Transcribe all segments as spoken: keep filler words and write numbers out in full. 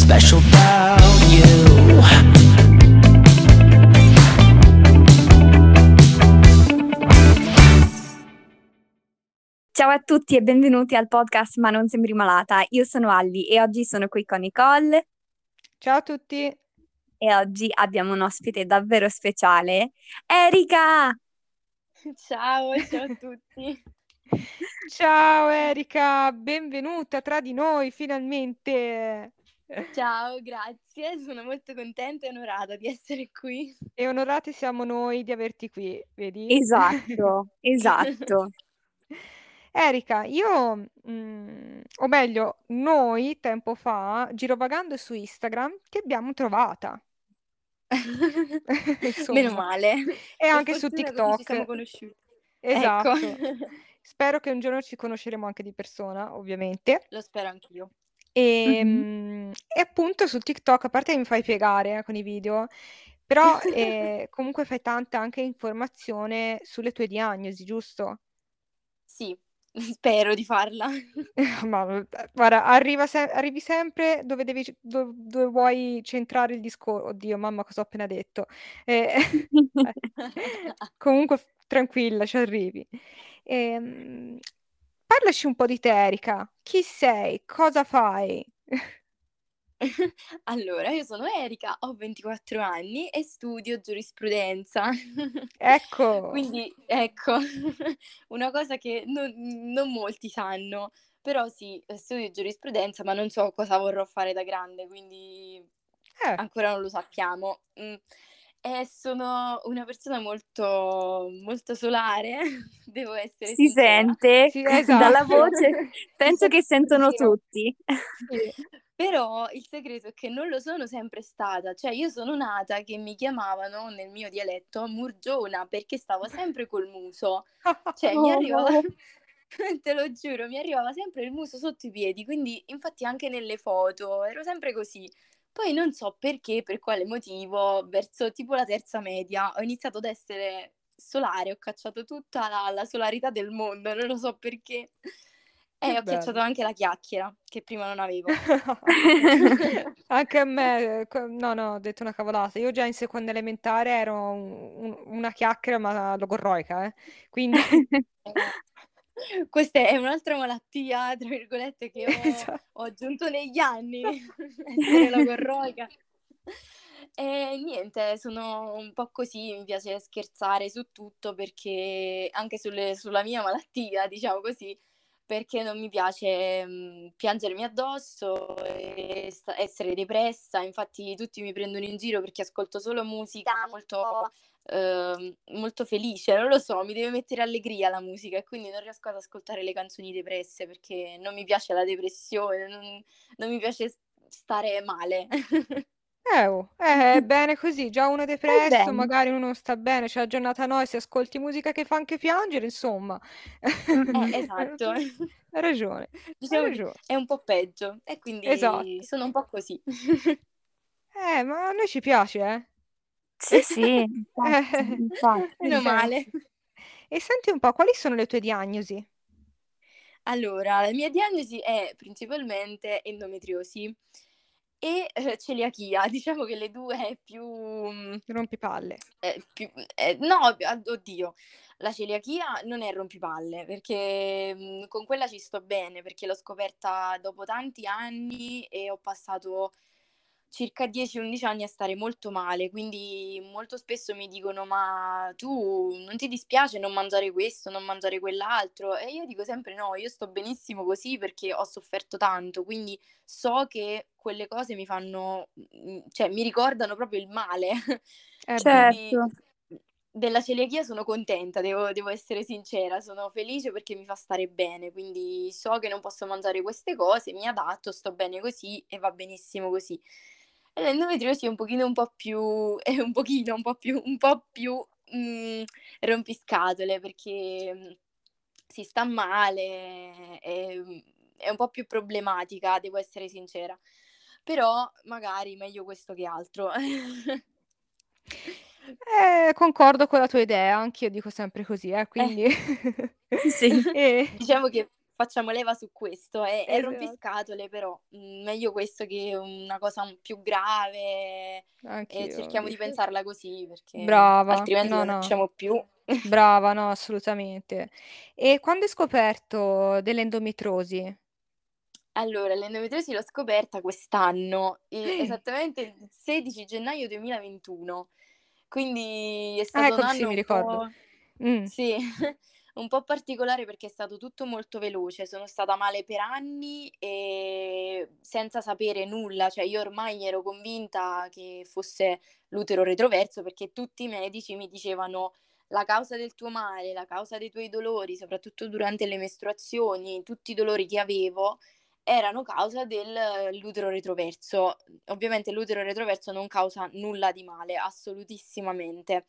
special about you. Ciao a tutti e benvenuti al podcast Ma non sembri malata. Io sono Alli e oggi sono qui con Nicole Ciao a tutti. e oggi abbiamo un ospite davvero speciale, Erika! Ciao, ciao a tutti. Ciao Erika, benvenuta tra di noi finalmente. Ciao, grazie, sono molto contenta e onorata di essere qui. E onorati siamo noi di averti qui, vedi? Esatto, esatto. Erika, io, mm, o meglio, noi tempo fa, girovagando su Instagram, ti abbiamo trovata. Meno Insomma, male. e Per anche su fortuna così ci siamo TikTok. conosciuti. Esatto. Ecco. Spero che un giorno ci conosceremo anche di persona, ovviamente. Lo spero anch'io. E, Mhm. mm, e appunto su TikTok, a parte che mi fai piegare eh, con i video, però eh, comunque fai tanta anche informazione sulle tue diagnosi, giusto? Sì, spero di farla. Ma eh, guarda, arriva se- arrivi sempre dove devi, dove, dove vuoi centrare il discorso. Oddio, mamma, cosa ho appena detto. Eh, eh, comunque, f- tranquilla, ci arrivi. Ehm, parlaci un po' di te, Erika. Chi sei? Cosa fai? Allora, io sono Erika, ho ventiquattro anni e studio giurisprudenza. Ecco, Quindi, ecco, una cosa che non, non molti sanno, però sì, studio giurisprudenza, ma non so cosa vorrò fare da grande, quindi eh, ancora non lo sappiamo. Mm. E sono una persona molto, molto solare, devo essere Si sincera. sente sì, dalla esatto. voce, penso che sentono Sì, tutti. sì. Però il segreto è che non lo sono sempre stata, cioè io sono nata che mi chiamavano nel mio dialetto Murgiona perché stavo sempre col muso, cioè mi arrivava, Oh. te lo giuro, mi arrivava sempre il muso sotto i piedi, quindi infatti anche nelle foto ero sempre così. Poi non so perché, per quale motivo, verso tipo la terza media ho iniziato ad essere solare, ho cacciato tutta la, la solarità del mondo, non lo so perché. Che E ho cacciato bello. anche la chiacchiera, che prima non avevo. Anche a me, eh, co- no, no, ho detto una cavolata. Io già in seconda elementare ero un- un- una chiacchiera, ma logorroica, eh. Quindi, Eh, Questa è un'altra malattia, tra virgolette, che ho, esatto. ho aggiunto negli anni, essere logorroica. E niente, sono un po' così, mi piace scherzare su tutto perché anche sulle- sulla mia malattia, diciamo così, perché non mi piace mh, piangermi addosso e sta- essere depressa. Infatti tutti mi prendono in giro perché ascolto solo musica molto ehm, molto felice, non lo so, mi deve mettere allegria la musica e quindi non riesco ad ascoltare le canzoni depresse perché non mi piace la depressione, non, non mi piace s- stare male. Eh, oh, eh, è bene così, già uno è Stai depresso, bene. magari uno sta bene, c'è la giornata noi, se ascolti musica che fa anche piangere, insomma. Eh, Hai esatto. ragione, hai Diciamo che ragione. è un po' peggio e quindi Esatto. sono un po' così. Eh, ma a noi ci piace, eh? Sì, sì, infatti, Eh, infatti. Meno eh, male. sì. E senti un po', quali sono le tue diagnosi? Allora, la mia diagnosi è principalmente endometriosi e eh, celiachia. Diciamo che le due più, mm, Rompipalle. eh, più eh, no, ad- oddio, la celiachia non è rompipalle perché mm, con quella ci sto bene perché l'ho scoperta dopo tanti anni e ho passato circa dieci undici anni a stare molto male, quindi molto spesso mi dicono: "Ma tu non ti dispiace non mangiare questo, non mangiare quell'altro?" E io dico sempre: "No, io sto benissimo così perché ho sofferto tanto, quindi so che quelle cose mi fanno mhmm, cioè mi ricordano proprio il male." Eh beh, Quindi Certo. della celiachia sono contenta, devo devo essere sincera, sono felice perché mi fa stare bene, quindi so che non posso mangiare queste cose, mi adatto, sto bene così e va benissimo così. E l'endometriosi è un pochino un po' più è un pochino, un po' più un po' più, mhmm, rompiscatole perché, mhmm, si sta male, ehm, è un po' più problematica, devo essere sincera. Però magari meglio questo che altro. eh, concordo con la tua idea, anch'io dico sempre così, eh, Eh. quindi... Sì. E... Diciamo che facciamo leva su questo. È, è Esatto. rompiscatole, però mh, meglio questo che una cosa più grave e Anch'io cerchiamo di dico. pensarla così, perché Brava, altrimenti no, non no, riusciamo più. brava, no, assolutamente. E quando hai scoperto dell'endometriosi? Allora, l'endometriosi l'ho scoperta quest'anno, e- esattamente il sedici gennaio duemilaventuno, quindi è Ah, stato un ecco, sì, anno mi un ricordo. po', Mm. sì, un po' particolare perché è stato tutto molto veloce. Sono stata male per anni e senza sapere nulla, cioè io ormai ero convinta che fosse l'utero retroverso perché tutti i medici mi dicevano la causa del tuo male, la causa dei tuoi dolori, soprattutto durante le mestruazioni, tutti i dolori che avevo erano causa dell'utero retroverso. Ovviamente l'utero retroverso non causa nulla di male, assolutissimamente.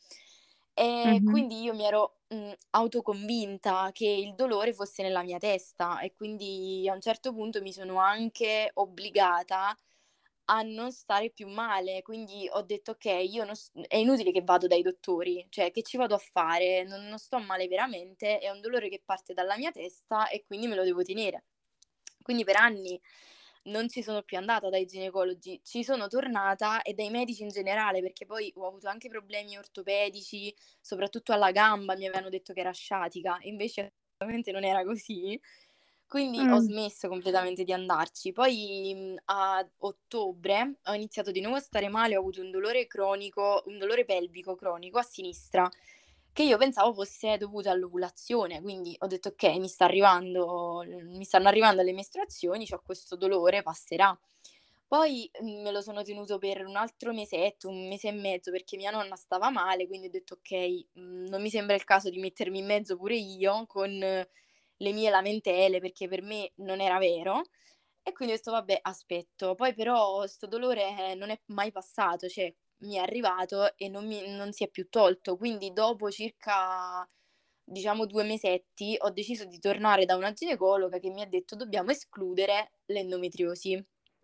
E Mhm. quindi io mi ero mh, autoconvinta che il dolore fosse nella mia testa e quindi a un certo punto mi sono anche obbligata a non stare più male. Quindi ho detto: ok, io non s- è inutile che vado dai dottori, cioè che ci vado a fare? Non, non sto male veramente, è un dolore che parte dalla mia testa e quindi me lo devo tenere. Quindi per anni non ci sono più andata dai ginecologi, ci sono tornata e dai medici in generale, perché poi ho avuto anche problemi ortopedici, soprattutto alla gamba, mi avevano detto che era sciatica, invece assolutamente non era così. Quindi ho Mm. smesso completamente di andarci. Poi mh, a ottobre ho iniziato di nuovo a stare male, ho avuto un dolore cronico, un dolore pelvico cronico a sinistra, che io pensavo fosse dovuto all'ovulazione, quindi ho detto: "Okay, mi sta arrivando mi stanno arrivando le mestruazioni, c'ho questo dolore, passerà". Poi, mhmm, me lo sono tenuto per un altro mesetto, un mese e mezzo, perché mia nonna stava male, quindi ho detto: "Okay, mhmm, non mi sembra il caso di mettermi in mezzo pure io con eh, le mie lamentele", perché per me non era vero. E quindi ho detto: "Vabbè, aspetto". Poi però 'sto dolore, eh, non è mai passato, cioè mi è arrivato e non mi non si è più tolto. Quindi dopo circa, diciamo due mesetti, ho deciso di tornare da una ginecologa che mi ha detto: "Dobbiamo escludere l'endometriosi".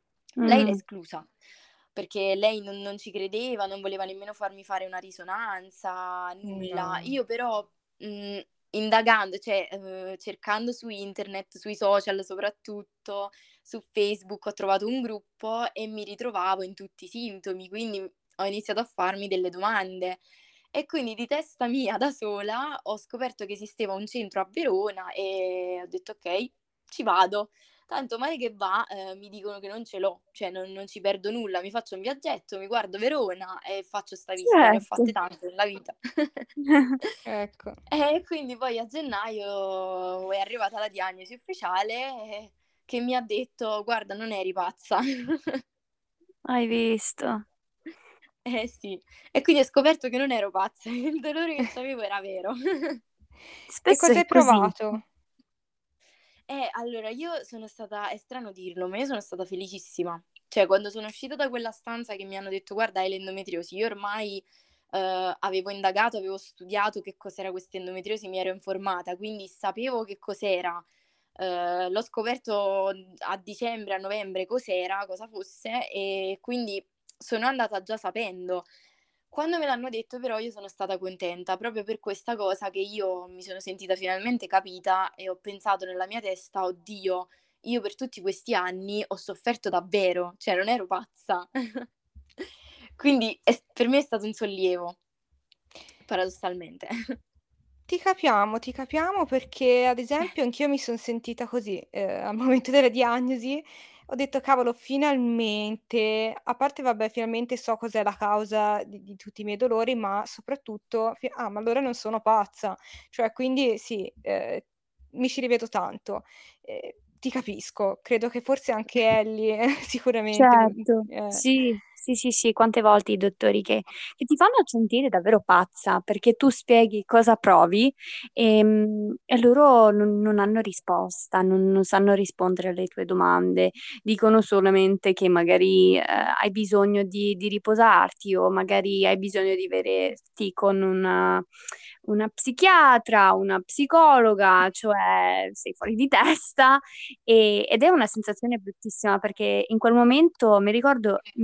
Lei l'ha Mm. esclusa, perché lei non non ci credeva, non voleva nemmeno farmi fare una risonanza, nulla. No. Io però, mhmm, indagando, cioè, uhm, cercando su internet, sui social soprattutto, su Facebook, ho trovato un gruppo e mi ritrovavo in tutti i sintomi, quindi ho iniziato a farmi delle domande. E quindi di testa mia da sola ho scoperto che esisteva un centro a Verona e ho detto: "Okay, ci vado". Tanto male che va, ehm, mi dicono che non ce l'ho, cioè non non ci perdo nulla, mi faccio un viaggetto, mi guardo Verona e faccio 'sta visita, ne ho Certo. fatte tante nella vita. Ecco. E quindi poi a gennaio è arrivata la diagnosi ufficiale, eh, che mi ha detto: "Guarda, non eri pazza". Hai visto? Eh sì, e quindi ho scoperto che non ero pazza, il dolore che c'avevo era vero. E Spesso cosa è hai così. provato? Eh, allora io sono stata è strano dirlo, ma io sono stata felicissima. Cioè, quando sono uscita da quella stanza che mi hanno detto: "Guarda, hai l'endometriosi", io ormai, uhm, avevo indagato, avevo studiato che cos'era questa endometriosi, mi ero informata, quindi sapevo che cos'era. Uhm, l'ho scoperto, mhmm, a dicembre, a novembre cos'era, cosa fosse, e quindi sono andata già sapendo. Quando me l'hanno detto però io sono stata contenta, proprio per questa cosa che io mi sono sentita finalmente capita e ho pensato nella mia testa: "Oddio, io per tutti questi anni ho sofferto davvero, cioè non ero pazza". Quindi è s per me è stato un sollievo, paradossalmente. Ti capiamo, ti capiamo perché ad esempio anch'io mi son sentita così, ehm, al momento della diagnosi. Ho detto: "Cavolo, finalmente", a parte vabbè, finalmente so cos'è la causa di di tutti i miei dolori, ma soprattutto fi "Ah, ma allora non sono pazza". Cioè quindi sì, ehm, mi ci rivedo tanto. Ehm, ti capisco, credo che forse anche Ellie sicuramente v Certo, eh. sì, sì, sì, sì, quante volte i dottori che, che ti fanno sentire davvero pazza perché tu spieghi cosa provi e, e loro non, non hanno risposta, non, non sanno rispondere alle tue domande, dicono solamente che magari eh, hai bisogno di, di riposarti o magari hai bisogno di vederti con una, una psichiatra, una psicologa, cioè sei fuori di testa. E- ed è una sensazione bruttissima perché in quel momento mi ricordo mi sentivo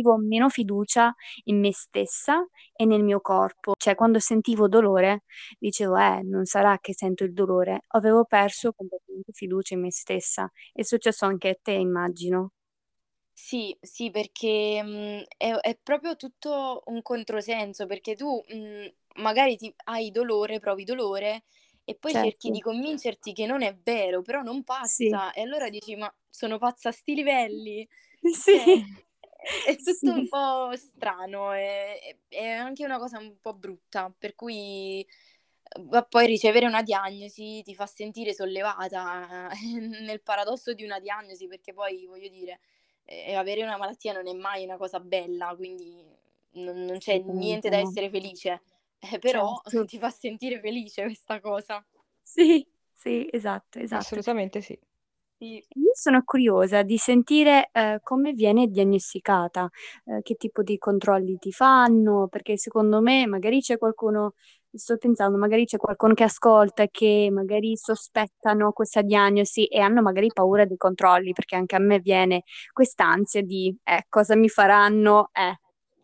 sentivo meno fiducia in me stessa e nel mio corpo. Cioè, quando sentivo dolore, dicevo, eh, non sarà che sento il dolore. Avevo perso completamente fiducia in me stessa. È successo anche a te, immagino. Sì, sì, perché, mhmm, è è proprio tutto un controsenso, perché tu, mhmm, magari ti hai dolore, provi dolore e poi cerchi di Certo, convincerti che non è vero, però non sì, passa e allora dici: "Ma sono pazza a 'sti livelli?" Cioè, sì, è tutto un sì. po' strano, e e è anche una cosa un po' brutta, per cui, uhm, ma poi ricevere una diagnosi ti fa sentire sollevata, nel paradosso di una diagnosi, perché poi, voglio dire, e avere una malattia non è mai una cosa bella, quindi non non c'è niente Assolutamente da no. essere felice, eh, però Certo. ti fa sentire felice questa cosa. Sì, sì, esatto, esatto. Assolutamente sì. Sì. Io sono curiosa di sentire, ehm, come viene diagnosticata, ehm, che tipo di controlli ti fanno, perché secondo me magari c'è qualcuno sto pensando, magari c'è qualcuno che ascolta e che magari sospettano questa diagnosi e hanno magari paura dei controlli, perché anche a me viene quest'ansia di: "Eh, cosa mi faranno?" Eh.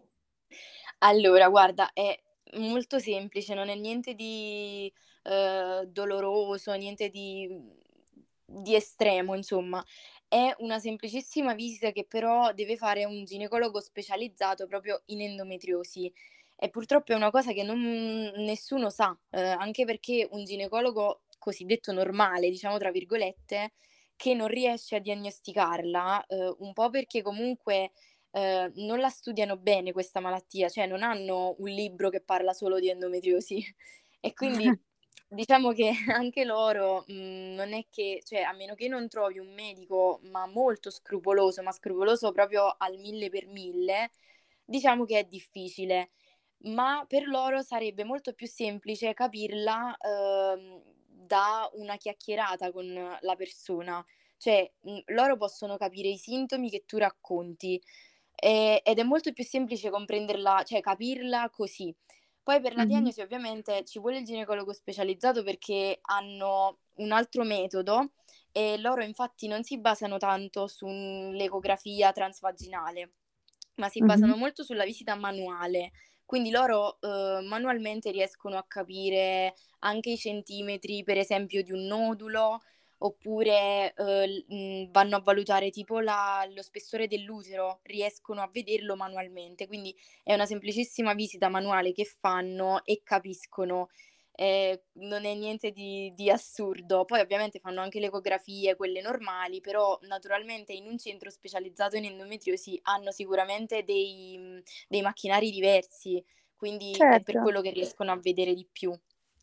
Allora guarda, è molto semplice, non è niente di, uhm, doloroso, niente di mhmm, di estremo insomma. È una semplicissima visita che però deve fare un ginecologo specializzato proprio in endometriosi e purtroppo è una cosa che non nessuno sa, uhm, anche perché un ginecologo cosiddetto "normale", diciamo tra virgolette, che non riesce a diagnosticarla, uhm, un po' perché comunque ehm, non la studiano bene questa malattia, cioè non hanno un libro che parla solo di endometriosi e quindi diciamo che anche loro, mhmm, non è che cioè a meno che non trovi un medico, ma molto scrupoloso, ma scrupoloso proprio al mille per mille, diciamo che è difficile. Ma per loro sarebbe molto più semplice capirla, uhm, da una chiacchierata con la persona. Cioè, mhmm, loro possono capire i sintomi che tu racconti, ehm, ed è molto più semplice comprenderla cioè capirla così. Poi per la Mh-mh. diagnosi ovviamente ci vuole il ginecologo specializzato perché hanno un altro metodo e loro infatti non si basano tanto sull'ecografia transvaginale, ma si Mh-mh. basano molto sulla visita manuale. Quindi loro, uhm, manualmente riescono a capire anche i centimetri, per esempio, di un nodulo, oppure, uhm, l mhmm, vanno a valutare tipo la lo spessore dell'utero, riescono a vederlo manualmente. Quindi è una semplicissima visita manuale che fanno e capiscono. Ehm, non è niente di di assurdo. Poi ovviamente fanno anche le ecografie, quelle normali, però naturalmente in un centro specializzato in endometriosi hanno sicuramente dei mhmm, dei macchinari diversi, quindi è per Certo. quello che riescono a vedere di più.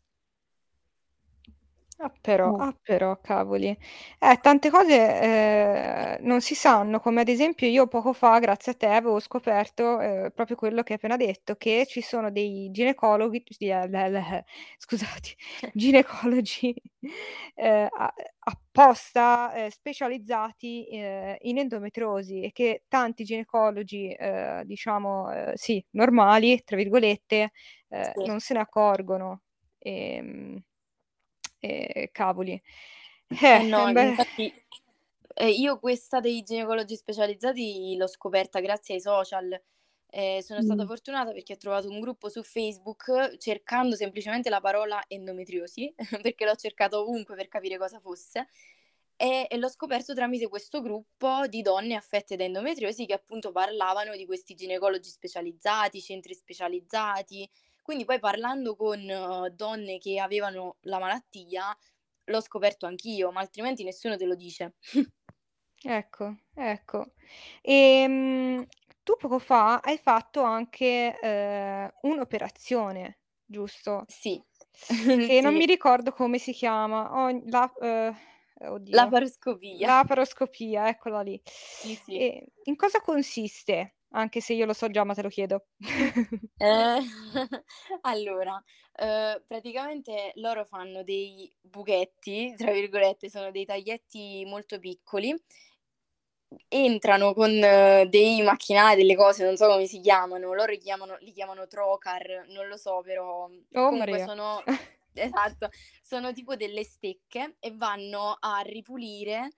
Ah però, Eh. ah però, cavoli. Eh, tante cose, ehm, non si sanno, come ad esempio io poco fa, grazie a te, avevo scoperto, ehm, proprio quello che hai appena detto, che ci sono dei ginecologhi sì, eh, le le scusati, ginecologi, ehm, a apposta, ehm, specializzati, ehm, in endometriosi e che tanti ginecologi, ehm, diciamo, ehm, sì, "normali", tra virgolette, ehm, Sì. non se ne accorgono. Ehm e cavoli. Eh Eh, no, beh, infatti, ehm, io questa dei ginecologi specializzati l'ho scoperta grazie ai social. Ehm, sono stata Mh. fortunata perché ho trovato un gruppo su Facebook cercando semplicemente la parola endometriosi, perché l'ho cercata ovunque per capire cosa fosse, e e l'ho scoperto tramite questo gruppo di donne affette da endometriosi che appunto parlavano di questi ginecologi specializzati, centri specializzati. Quindi poi parlando con eh, donne che avevano la malattia, l'ho scoperto anch'io, ma altrimenti nessuno te lo dice. ecco, ecco. Ehm, tu poco fa hai fatto anche, ehm, un'operazione, giusto? Sì, Che non mi sì, ricordo come si chiama. Ogn la uhm, oddio, laparoscopia. laparoscopia, eccola lì. Sì, sì. E in cosa consiste? Anche se io lo so già, ma te lo chiedo. Ehm, allora, uhm, praticamente loro fanno dei "buchetti", tra virgolette, sono dei taglietti molto piccoli, entrano con eh, dei macchinari, delle cose, non so come si chiamano, loro li chiamano li chiamano trocar, non lo so, però Oh comunque Maria. sono esatto, sono tipo delle stecche e vanno a ripulire,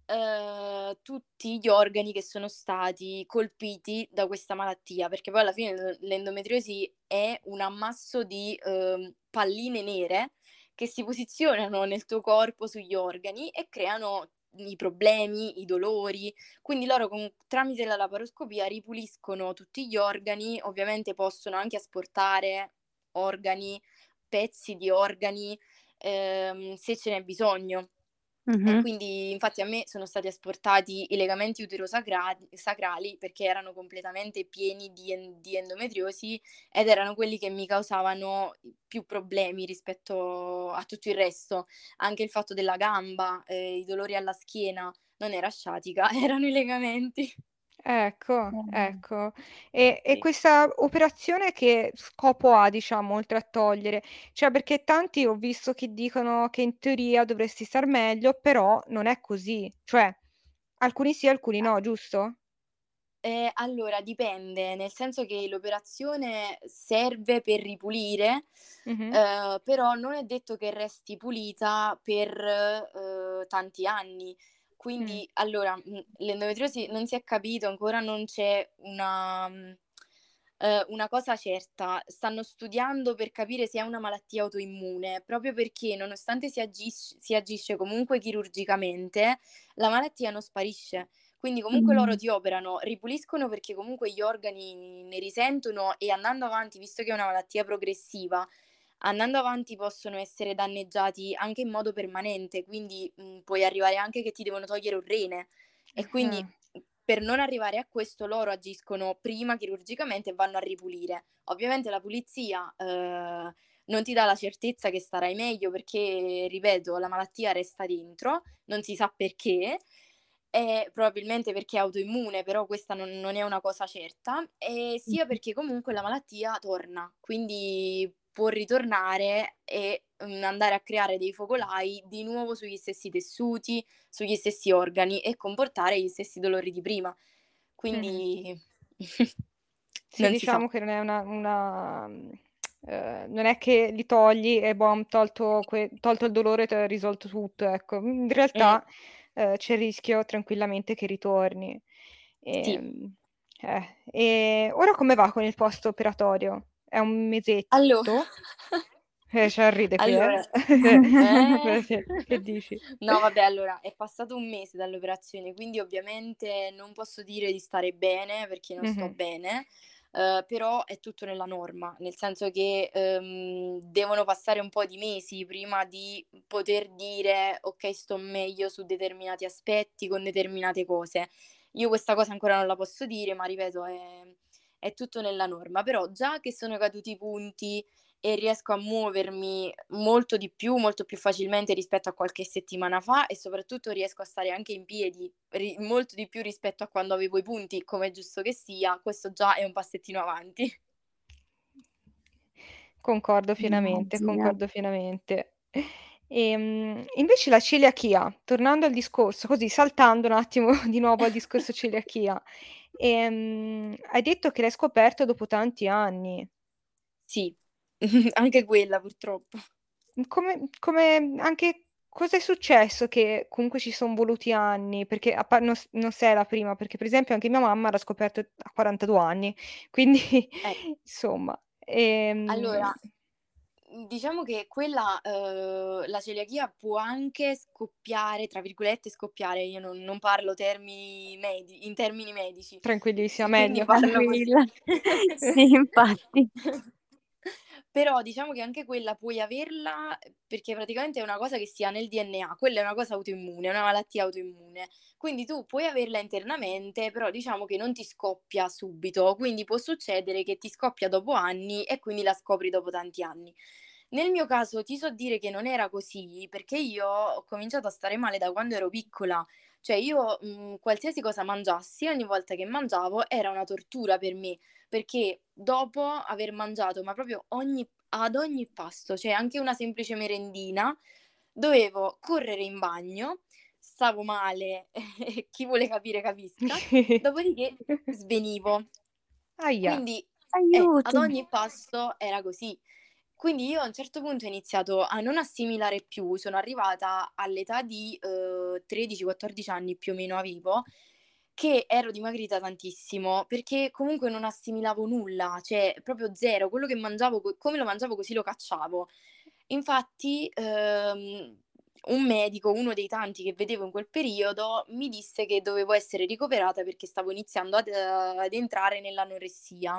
eh, tutti gli organi che sono stati colpiti da questa malattia, perché poi alla fine l- l'endometriosi è un ammasso di ehm, palline nere che si posizionano nel tuo corpo sugli organi e creano i problemi, i dolori. Quindi loro con- tramite la laparoscopia ripuliscono tutti gli organi, ovviamente possono anche asportare organi, pezzi di organi, ehm, se ce n'è bisogno. E Mhm. quindi infatti a me sono stati asportati i legamenti uterosacrali sacrali perché erano completamente pieni di, en- di endometriosi ed erano quelli che mi causavano più problemi rispetto a tutto il resto. Anche il fatto della gamba, eh, i dolori alla schiena, non era sciatica, erano i legamenti. Ecco, Eh, ecco. E, e Sì. questa operazione che scopo ha, diciamo, oltre a togliere? Cioè, perché tanti ho visto che dicono che in teoria dovresti star meglio, però non è così. Cioè, alcuni sì, alcuni no, giusto? Eh, allora, dipende, nel senso che l'operazione serve per ripulire, Mhm. eh, però non è detto che resti pulita per eh, tanti anni. Mm. Quindi, allora, mh, l'endometriosi non si è capito, ancora non c'è una, mh, eh, una cosa certa. Stanno studiando per capire se è una malattia autoimmune, proprio perché nonostante si agisce, si agisce comunque chirurgicamente, la malattia non sparisce. Quindi comunque loro mm, ti operano, ripuliscono perché comunque gli organi ne risentono e andando avanti, visto che è una malattia progressiva, andando avanti possono essere danneggiati anche in modo permanente, quindi mh, puoi arrivare anche che ti devono togliere un rene e quindi Eh, mh, per non arrivare a questo loro agiscono prima chirurgicamente e vanno a ripulire. Ovviamente la pulizia eh, non ti dà la certezza che starai meglio perché, ripeto, la malattia resta dentro, non si sa perché e probabilmente perché è autoimmune, però questa non, non è una cosa certa, e sia perché comunque la malattia torna, quindi può ritornare e mm, andare a creare dei focolai di nuovo sugli stessi tessuti, sugli stessi organi e comportare gli stessi dolori di prima. mhm. Quindi Sì, non si sa. diciamo che non è una, una, mm, eh, non è che li togli e boh, tolto, que- tolto il dolore, ti hai risolto tutto, ecco. In Mm, realtà eh, c'è il rischio tranquillamente che ritorni. sì. E, eh, e ora come va con il post operatorio? È un Allora, mesetto? Eh, c'è a ride qui, eh? allora, eh? Che, che dici? No, vabbè, allora è passato un mese dall'operazione, quindi ovviamente non posso dire di stare bene perché non sto Mhm. bene, eh, però è tutto nella norma, nel senso che ehm, devono passare un po' di mesi prima di poter dire ok, sto meglio su determinati aspetti, con determinate cose. Io questa cosa ancora non la posso dire, ma ripeto, è, è tutto nella norma, però già che sono caduti i punti e riesco a muovermi molto di più, molto più facilmente rispetto a qualche settimana fa e soprattutto riesco a stare anche in piedi ri- molto di più rispetto a quando avevo i punti, come è giusto che sia, questo già è un passettino avanti. Concordo pienamente, immagino. concordo pienamente. Ehm, invece la celiachia, tornando al discorso, così saltando un attimo di nuovo al discorso celiachia, ehm, hai detto che l'hai scoperto dopo tanti anni. Sì, anche quella purtroppo. Come, come anche cosa è successo che comunque ci sono voluti anni? Perché a par- non, s- non sei la prima, perché per esempio anche mia mamma l'ha scoperto a quarantadue anni, quindi Eh, insomma. ehm, allora, diciamo che quella, eh, la celiachia può anche scoppiare, tra virgolette scoppiare, io non, non parlo termini medi- in termini medici, Tranquillissima, quindi meglio. parlo così. Tranquilla. Sì, infatti. Però diciamo che anche quella puoi averla perché praticamente è una cosa che si ha nel D N A, quella è una cosa autoimmune, è una malattia autoimmune. Quindi tu puoi averla internamente, però diciamo che non ti scoppia subito, quindi può succedere che ti scoppia dopo anni e quindi la scopri dopo tanti anni. Nel mio caso ti so dire che non era così perché io ho cominciato a stare male da quando ero piccola. Cioè io mh, qualsiasi cosa mangiassi, ogni volta che mangiavo era una tortura per me, perché dopo aver mangiato, ma proprio ogni, ad ogni pasto, cioè anche una semplice merendina, dovevo correre in bagno, stavo male, chi vuole capire capisca, dopodiché svenivo. Ahia. Quindi eh, ad Aiuto. ogni passo era così. Quindi io a un certo punto ho iniziato a non assimilare più, sono arrivata all'età di eh, eh, tredici quattordici anni più o meno avevo, che ero dimagrita tantissimo, perché comunque non assimilavo nulla, cioè proprio zero, quello che mangiavo, co- come lo mangiavo così lo cacciavo. Infatti, ehm, un medico, uno dei tanti che vedevo in quel periodo, mi disse che dovevo essere ricoverata perché stavo iniziando ad, ad entrare nell'anoressia.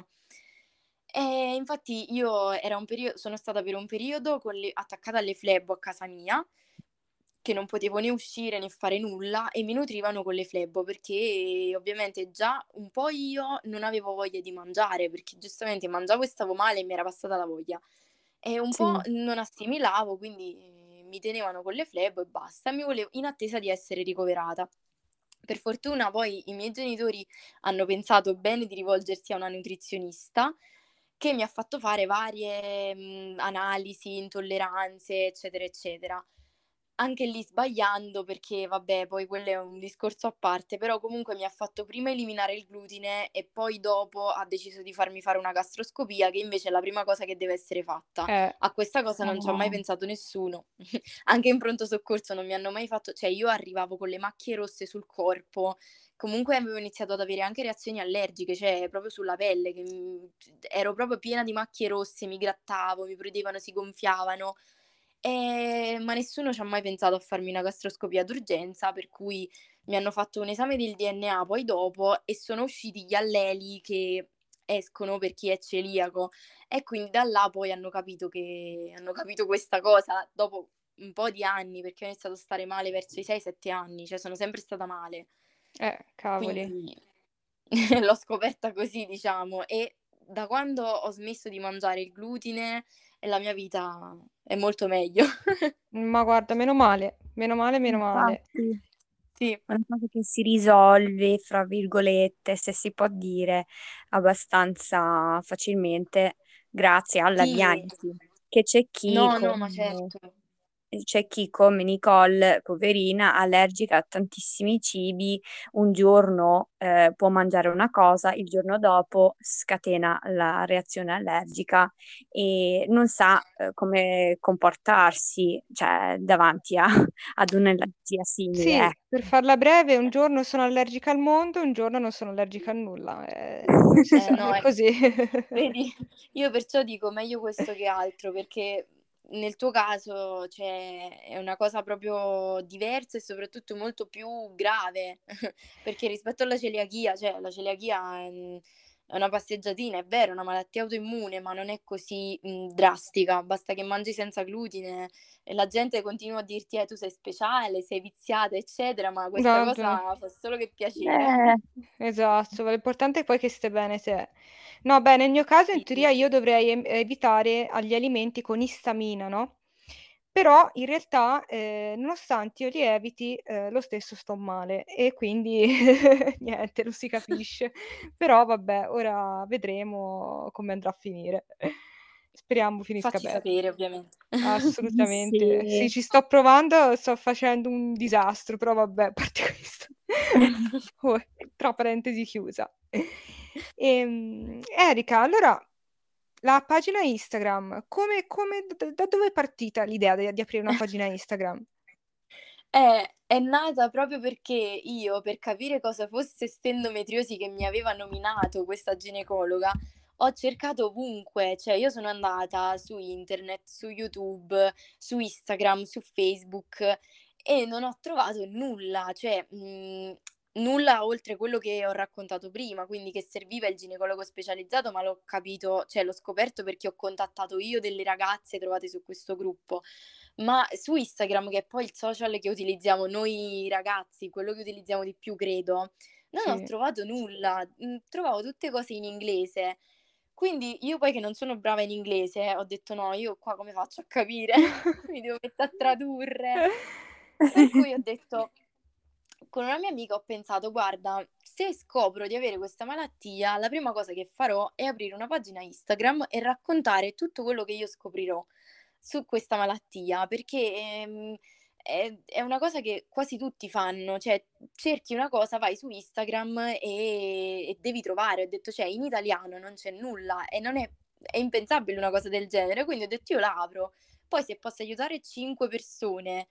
E infatti io era un periodo, sono stata per un periodo con le- attaccata alle flebo a casa mia, che non potevo né uscire né fare nulla e mi nutrivano con le flebo perché ovviamente già un po' io non avevo voglia di mangiare perché giustamente mangiavo e stavo male e mi era passata la voglia e un po' Sì, non assimilavo, quindi eh, mi tenevano con le flebo e basta, mi volevo in attesa di essere ricoverata. Per fortuna poi i miei genitori hanno pensato bene di rivolgersi a una nutrizionista che mi ha fatto fare varie mh, analisi, intolleranze, eccetera, eccetera. Anche lì sbagliando perché, vabbè, poi quello è un discorso a parte, però comunque mi ha fatto prima eliminare il glutine e poi dopo ha deciso di farmi fare una gastroscopia, che invece è la prima cosa che deve essere fatta. Eh, A questa cosa non ci ha mai no, pensato nessuno. Anche in pronto soccorso non mi hanno mai fatto, cioè io arrivavo con le macchie rosse sul corpo, comunque avevo iniziato ad avere anche reazioni allergiche, cioè proprio sulla pelle, che mi- ero proprio piena di macchie rosse, mi grattavo, mi prudevano, si gonfiavano. Eh, ma nessuno ci ha mai pensato a farmi una gastroscopia d'urgenza, per cui mi hanno fatto un esame del D N A poi dopo e sono usciti gli alleli che escono per chi è celiaco e quindi da là poi hanno capito che hanno capito questa cosa dopo un po' di anni, perché ho iniziato a stare male verso i sei sette anni, cioè sono sempre stata male. eh, cavoli. Quindi l'ho scoperta così, diciamo, e da quando ho smesso di mangiare il glutine la mia vita è molto meglio. Ma guarda, meno male, meno male, meno male. infatti. Sì, È una cosa che si risolve, fra virgolette, se si può dire, abbastanza facilmente grazie alla sì, diagnosi. Che c'è chi no, no, ma come, certo. c'è chi come Nicole, poverina, allergica a tantissimi cibi, un giorno eh, può mangiare una cosa, il giorno dopo scatena la reazione allergica e non sa eh, come comportarsi, cioè, davanti a, ad un'allergia simile, Sì, per ecco. farla breve, un giorno sono allergica al mondo, un giorno non sono allergica a nulla. Eh, non si Eh sa, no, è ecco, così. vedi, io perciò dico meglio questo che altro, perché nel tuo caso, cioè, è una cosa proprio diversa e soprattutto molto più grave, perché rispetto alla celiachia, cioè la celiachia è, un- è una passeggiatina, è vero, è una malattia autoimmune, ma non è così mh, drastica, basta che mangi senza glutine e la gente continua a dirti, eh, tu sei speciale, sei viziata, eccetera, ma questa Guarda. cosa fa solo che piacere. Eh, Esatto, ma l'importante è poi che stai bene te. No, beh, nel mio caso in Sì, sì. teoria io dovrei em- evitare agli alimenti con istamina, no? Però in realtà, eh, nonostante io li eviti, eh, lo stesso sto male e quindi niente, non si capisce. Però vabbè, ora vedremo come andrà a finire. Speriamo finisca Facci bene. sapere, ovviamente. Assolutamente. Sì, sì. ci sto provando, sto facendo un disastro, però vabbè, a parte questo. Oh, tra parentesi chiusa. Ehm, Erika, allora, la pagina Instagram, come, come- da, da dove è partita l'idea di, di aprire una pagina Instagram? È, è nata proprio perché io, per capire cosa fosse stendometriosi che mi aveva nominato questa ginecologa, ho cercato ovunque, cioè io sono andata su internet, su YouTube, su Instagram, su Facebook e non ho trovato nulla, cioè mh, nulla oltre quello che ho raccontato prima, quindi che serviva il ginecologo specializzato, ma l'ho capito, cioè l'ho scoperto perché ho contattato io delle ragazze trovate su questo gruppo. Ma su Instagram, che è poi il social che utilizziamo noi ragazzi, quello che utilizziamo di più, credo, non ho Sì. trovato nulla, mm, trovavo tutte cose in inglese. Quindi io poi che non sono brava in inglese, ho detto no, io qua come faccio a capire? Mi devo mettere a tradurre. Per cui ho detto, con una mia amica ho pensato, guarda, se scopro di avere questa malattia, la prima cosa che farò è aprire una pagina Instagram e raccontare tutto quello che io scoprirò su questa malattia, perché ehm, è, è una cosa che quasi tutti fanno, cioè cerchi una cosa, vai su Instagram e, e devi trovare. Ho detto, cioè in italiano non c'è nulla e non è, è impensabile una cosa del genere, quindi ho detto io la apro. Poi se posso aiutare cinque persone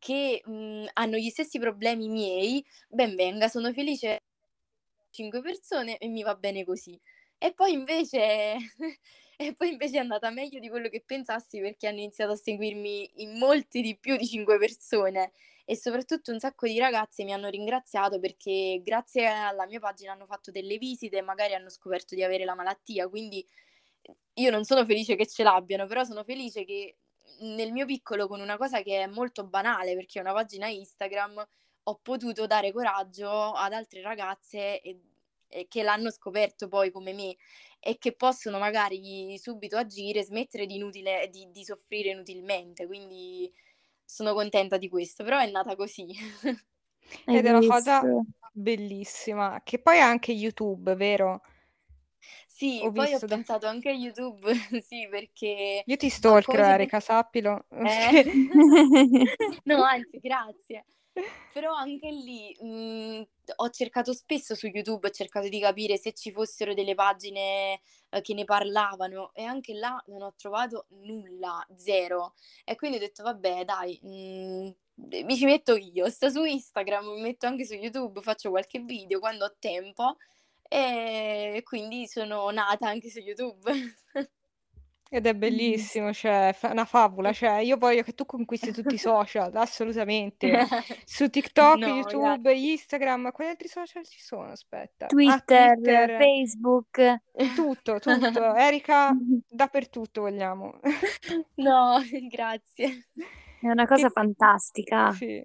che mh, hanno gli stessi problemi miei, ben venga, sono felice cinque persone e mi va bene così. E poi invece e poi invece è andata meglio di quello che pensassi, perché hanno iniziato a seguirmi in molti di più di cinque persone e soprattutto un sacco di ragazze mi hanno ringraziato perché grazie alla mia pagina hanno fatto delle visite e magari hanno scoperto di avere la malattia, quindi io non sono felice che ce l'abbiano, però sono felice che nel mio piccolo, con una cosa che è molto banale, perché è una pagina Instagram, ho potuto dare coraggio ad altre ragazze e, e che l'hanno scoperto poi come me e che possono magari subito agire, smettere di, inutile, di, di soffrire inutilmente. Quindi sono contenta di questo, però è nata così. Hai Ed è una cosa visto? bellissima, che poi ha anche YouTube, vero? Sì, Ho poi ho visto da... pensato anche a YouTube, sì, perché Io ti ah, stalkerò, come ti ho detto... Erika, sappilo. Eh? No, anzi, grazie. Però anche lì mh, ho cercato spesso su YouTube, ho cercato di capire se ci fossero delle pagine eh, che ne parlavano e anche là non ho trovato nulla, zero. E quindi ho detto, vabbè, dai, mh, mi ci metto io, sto su Instagram, mi metto anche su YouTube, faccio qualche video quando ho tempo e quindi sono nata anche su YouTube. Ed è bellissimo, cioè, è una favola, cioè, io voglio che tu conquisti tutti i social, assolutamente. Su TikTok, No, YouTube, grazie. Instagram, quali altri social ci sono? Aspetta. Ah, Twitter, Twitter, Facebook. tutto, tutto. Erika, dappertutto vogliamo. No, grazie. È una cosa Che... fantastica. Sì.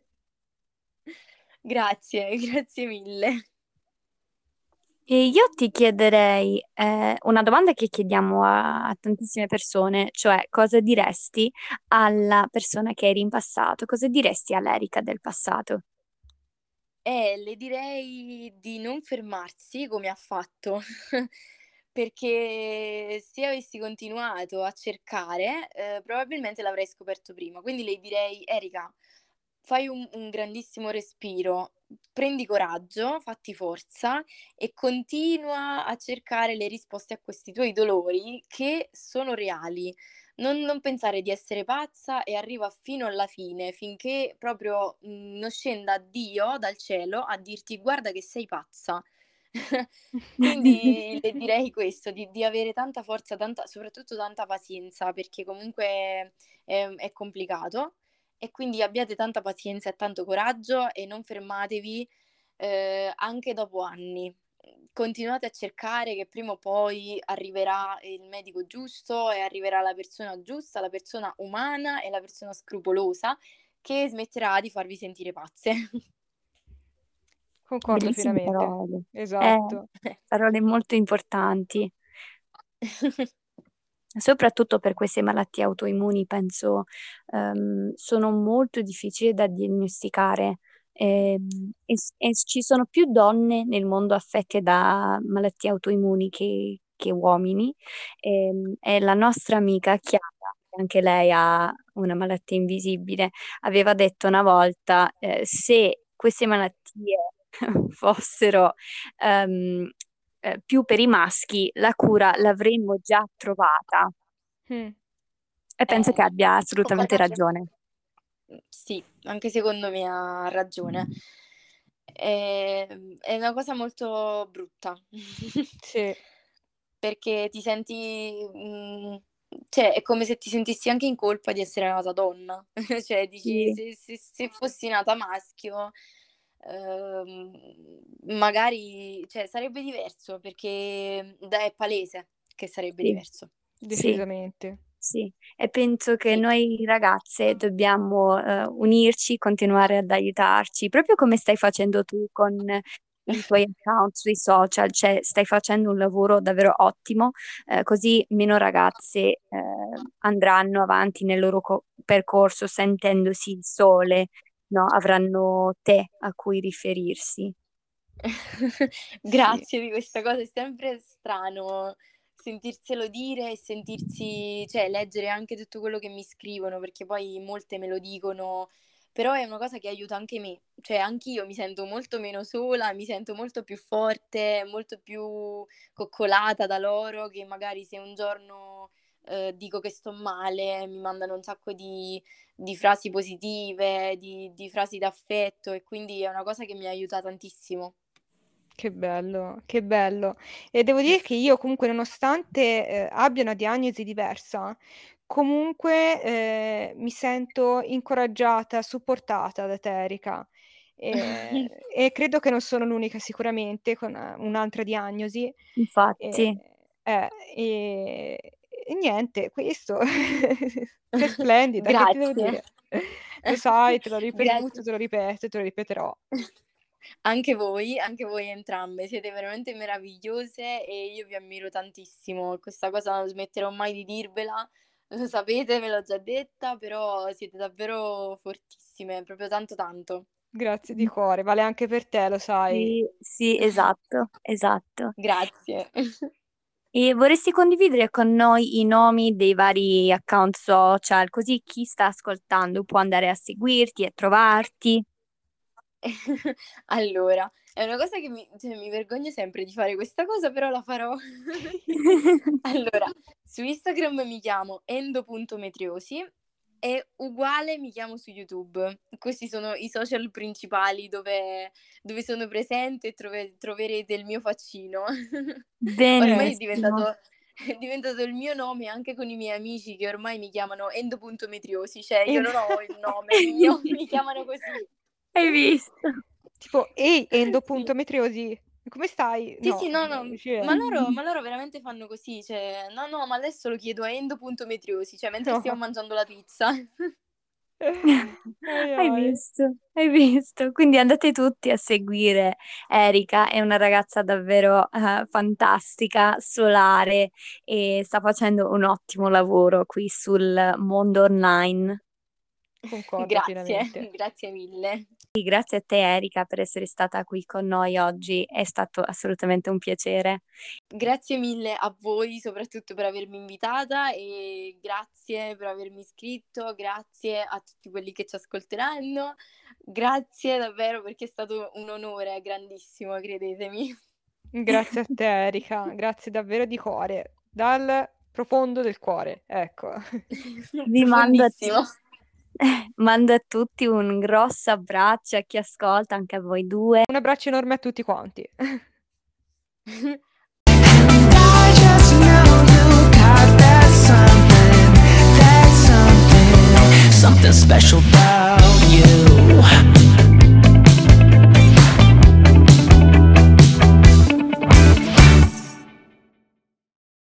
Grazie, grazie mille. E io ti chiederei eh, una domanda che chiediamo a, a tantissime persone, cioè cosa diresti alla persona che eri in passato? Cosa diresti all'Erika del passato? Eh, le direi di non fermarsi come ha fatto, perché se avessi continuato a cercare, eh, probabilmente l'avrei scoperto prima. Quindi le direi, Erika, fai un, un grandissimo respiro, prendi coraggio, fatti forza e continua a cercare le risposte a questi tuoi dolori che sono reali. Non, non pensare di essere pazza e arriva fino alla fine, finché proprio mh, non scenda Dio dal cielo a dirti guarda che sei pazza. Quindi le direi questo, di, di avere tanta forza, tanta, soprattutto tanta pazienza, perché comunque è, è complicato. E quindi abbiate tanta pazienza e tanto coraggio e non fermatevi eh, anche dopo anni. Continuate a cercare che prima o poi arriverà il medico giusto e arriverà la persona giusta, la persona umana e la persona scrupolosa che smetterà di farvi sentire pazze. Concordo Bellissime pienamente. parole. Eh, Esatto. parole molto importanti. Soprattutto per queste malattie autoimmuni, penso, ehm, sono molto difficili da diagnosticare. Ehm, e, e ci sono più donne nel mondo affette da malattie autoimmuni che, che uomini. Ehm, e la nostra amica Chiara, che anche lei ha una malattia invisibile, aveva detto una volta, eh, se queste malattie fossero ehm, eh, più per i maschi, la cura l'avremmo già trovata. Mm. E penso che Eh, abbia assolutamente completamente. ragione. Sì, anche secondo me ha ragione. È, è una cosa molto brutta. Sì. Perché ti senti, mm, cioè è come se ti sentissi anche in colpa di essere nata donna, cioè dici Sì, se, se- se fossi nata maschio ehm, magari cioè, sarebbe diverso perché da- è palese che sarebbe sì, diverso. sì, Decisamente. sì. E penso che Sì. noi ragazze dobbiamo eh, unirci, continuare ad aiutarci, proprio come stai facendo tu con i tuoi account sui social, cioè stai facendo un lavoro davvero ottimo, eh, così meno ragazze eh, andranno avanti nel loro co- percorso sentendosi sole, no? Avranno te a cui riferirsi. Sì. Grazie di questa cosa, è sempre strano sentirselo dire e sentirsi, cioè leggere anche tutto quello che mi scrivono, perché poi molte me lo dicono, però è una cosa che aiuta anche me, cioè anch'io mi sento molto meno sola, mi sento molto più forte, molto più coccolata da loro, che magari se un giorno eh, dico che sto male, mi mandano un sacco di, di frasi positive, di, di frasi d'affetto, e quindi è una cosa che mi aiuta tantissimo. Che bello, che bello. E devo dire che io comunque, nonostante eh, abbia una diagnosi diversa, comunque eh, mi sento incoraggiata, supportata da te, Erika. E, e credo che non sono l'unica sicuramente con eh, un'altra diagnosi. Infatti, E, eh, e- e niente, questo. Sei splendida, che ti devo Grazie. dire? Lo sai, te l'ho ripetuto, Grazie. te lo ripeto, te lo ripeterò. Anche voi, anche voi entrambe, siete veramente meravigliose e io vi ammiro tantissimo. Questa cosa non smetterò mai di dirvela, lo sapete, ve l'ho già detta, però siete davvero fortissime, proprio tanto tanto. Grazie di cuore, vale anche per te, lo sai. sì, sì, esatto, esatto. Grazie. E vorresti condividere con noi i nomi dei vari account social, così chi sta ascoltando può andare a seguirti e trovarti? Allora, è una cosa che mi, cioè, mi vergogno sempre di fare questa cosa, però la farò. Allora, su Instagram mi chiamo endo.metriosi e uguale mi chiamo su YouTube. Questi sono i social principali dove, dove sono presente e trove- troverete il mio faccino. Ormai è Benissimo. diventato, è diventato il mio nome anche con i miei amici che ormai mi chiamano endo.metriosi, cioè io non ho il nome mio, mi chiamano così. Hai visto? Tipo, ehi, Sì. endopuntometriosi, come stai? Sì, No, sì, no, no, cioè, ma loro, ma loro veramente fanno così, cioè, no, no, ma adesso lo chiedo a endo.metriosi, cioè, mentre no. stiamo mangiando la pizza. Ai, Hai ai. visto? Hai visto? Quindi andate tutti a seguire Erika, è una ragazza davvero eh, fantastica, solare e sta facendo un ottimo lavoro qui sul mondo online. Concordo pienamente. Grazie, grazie mille. E grazie a te Erika per essere stata qui con noi oggi, è stato assolutamente un piacere. Grazie mille a voi, soprattutto per avermi invitata, e grazie per avermi iscritto, grazie a tutti quelli che ci ascolteranno, grazie davvero perché è stato un onore grandissimo, credetemi. Grazie a te, Erika, grazie davvero di cuore, dal profondo del cuore, ecco. Vi mando a, Profondissimo. mando a tutti un grosso abbraccio, a chi ascolta, anche a voi due. Un abbraccio enorme a tutti quanti. I just know you got that something, that something, something special about you.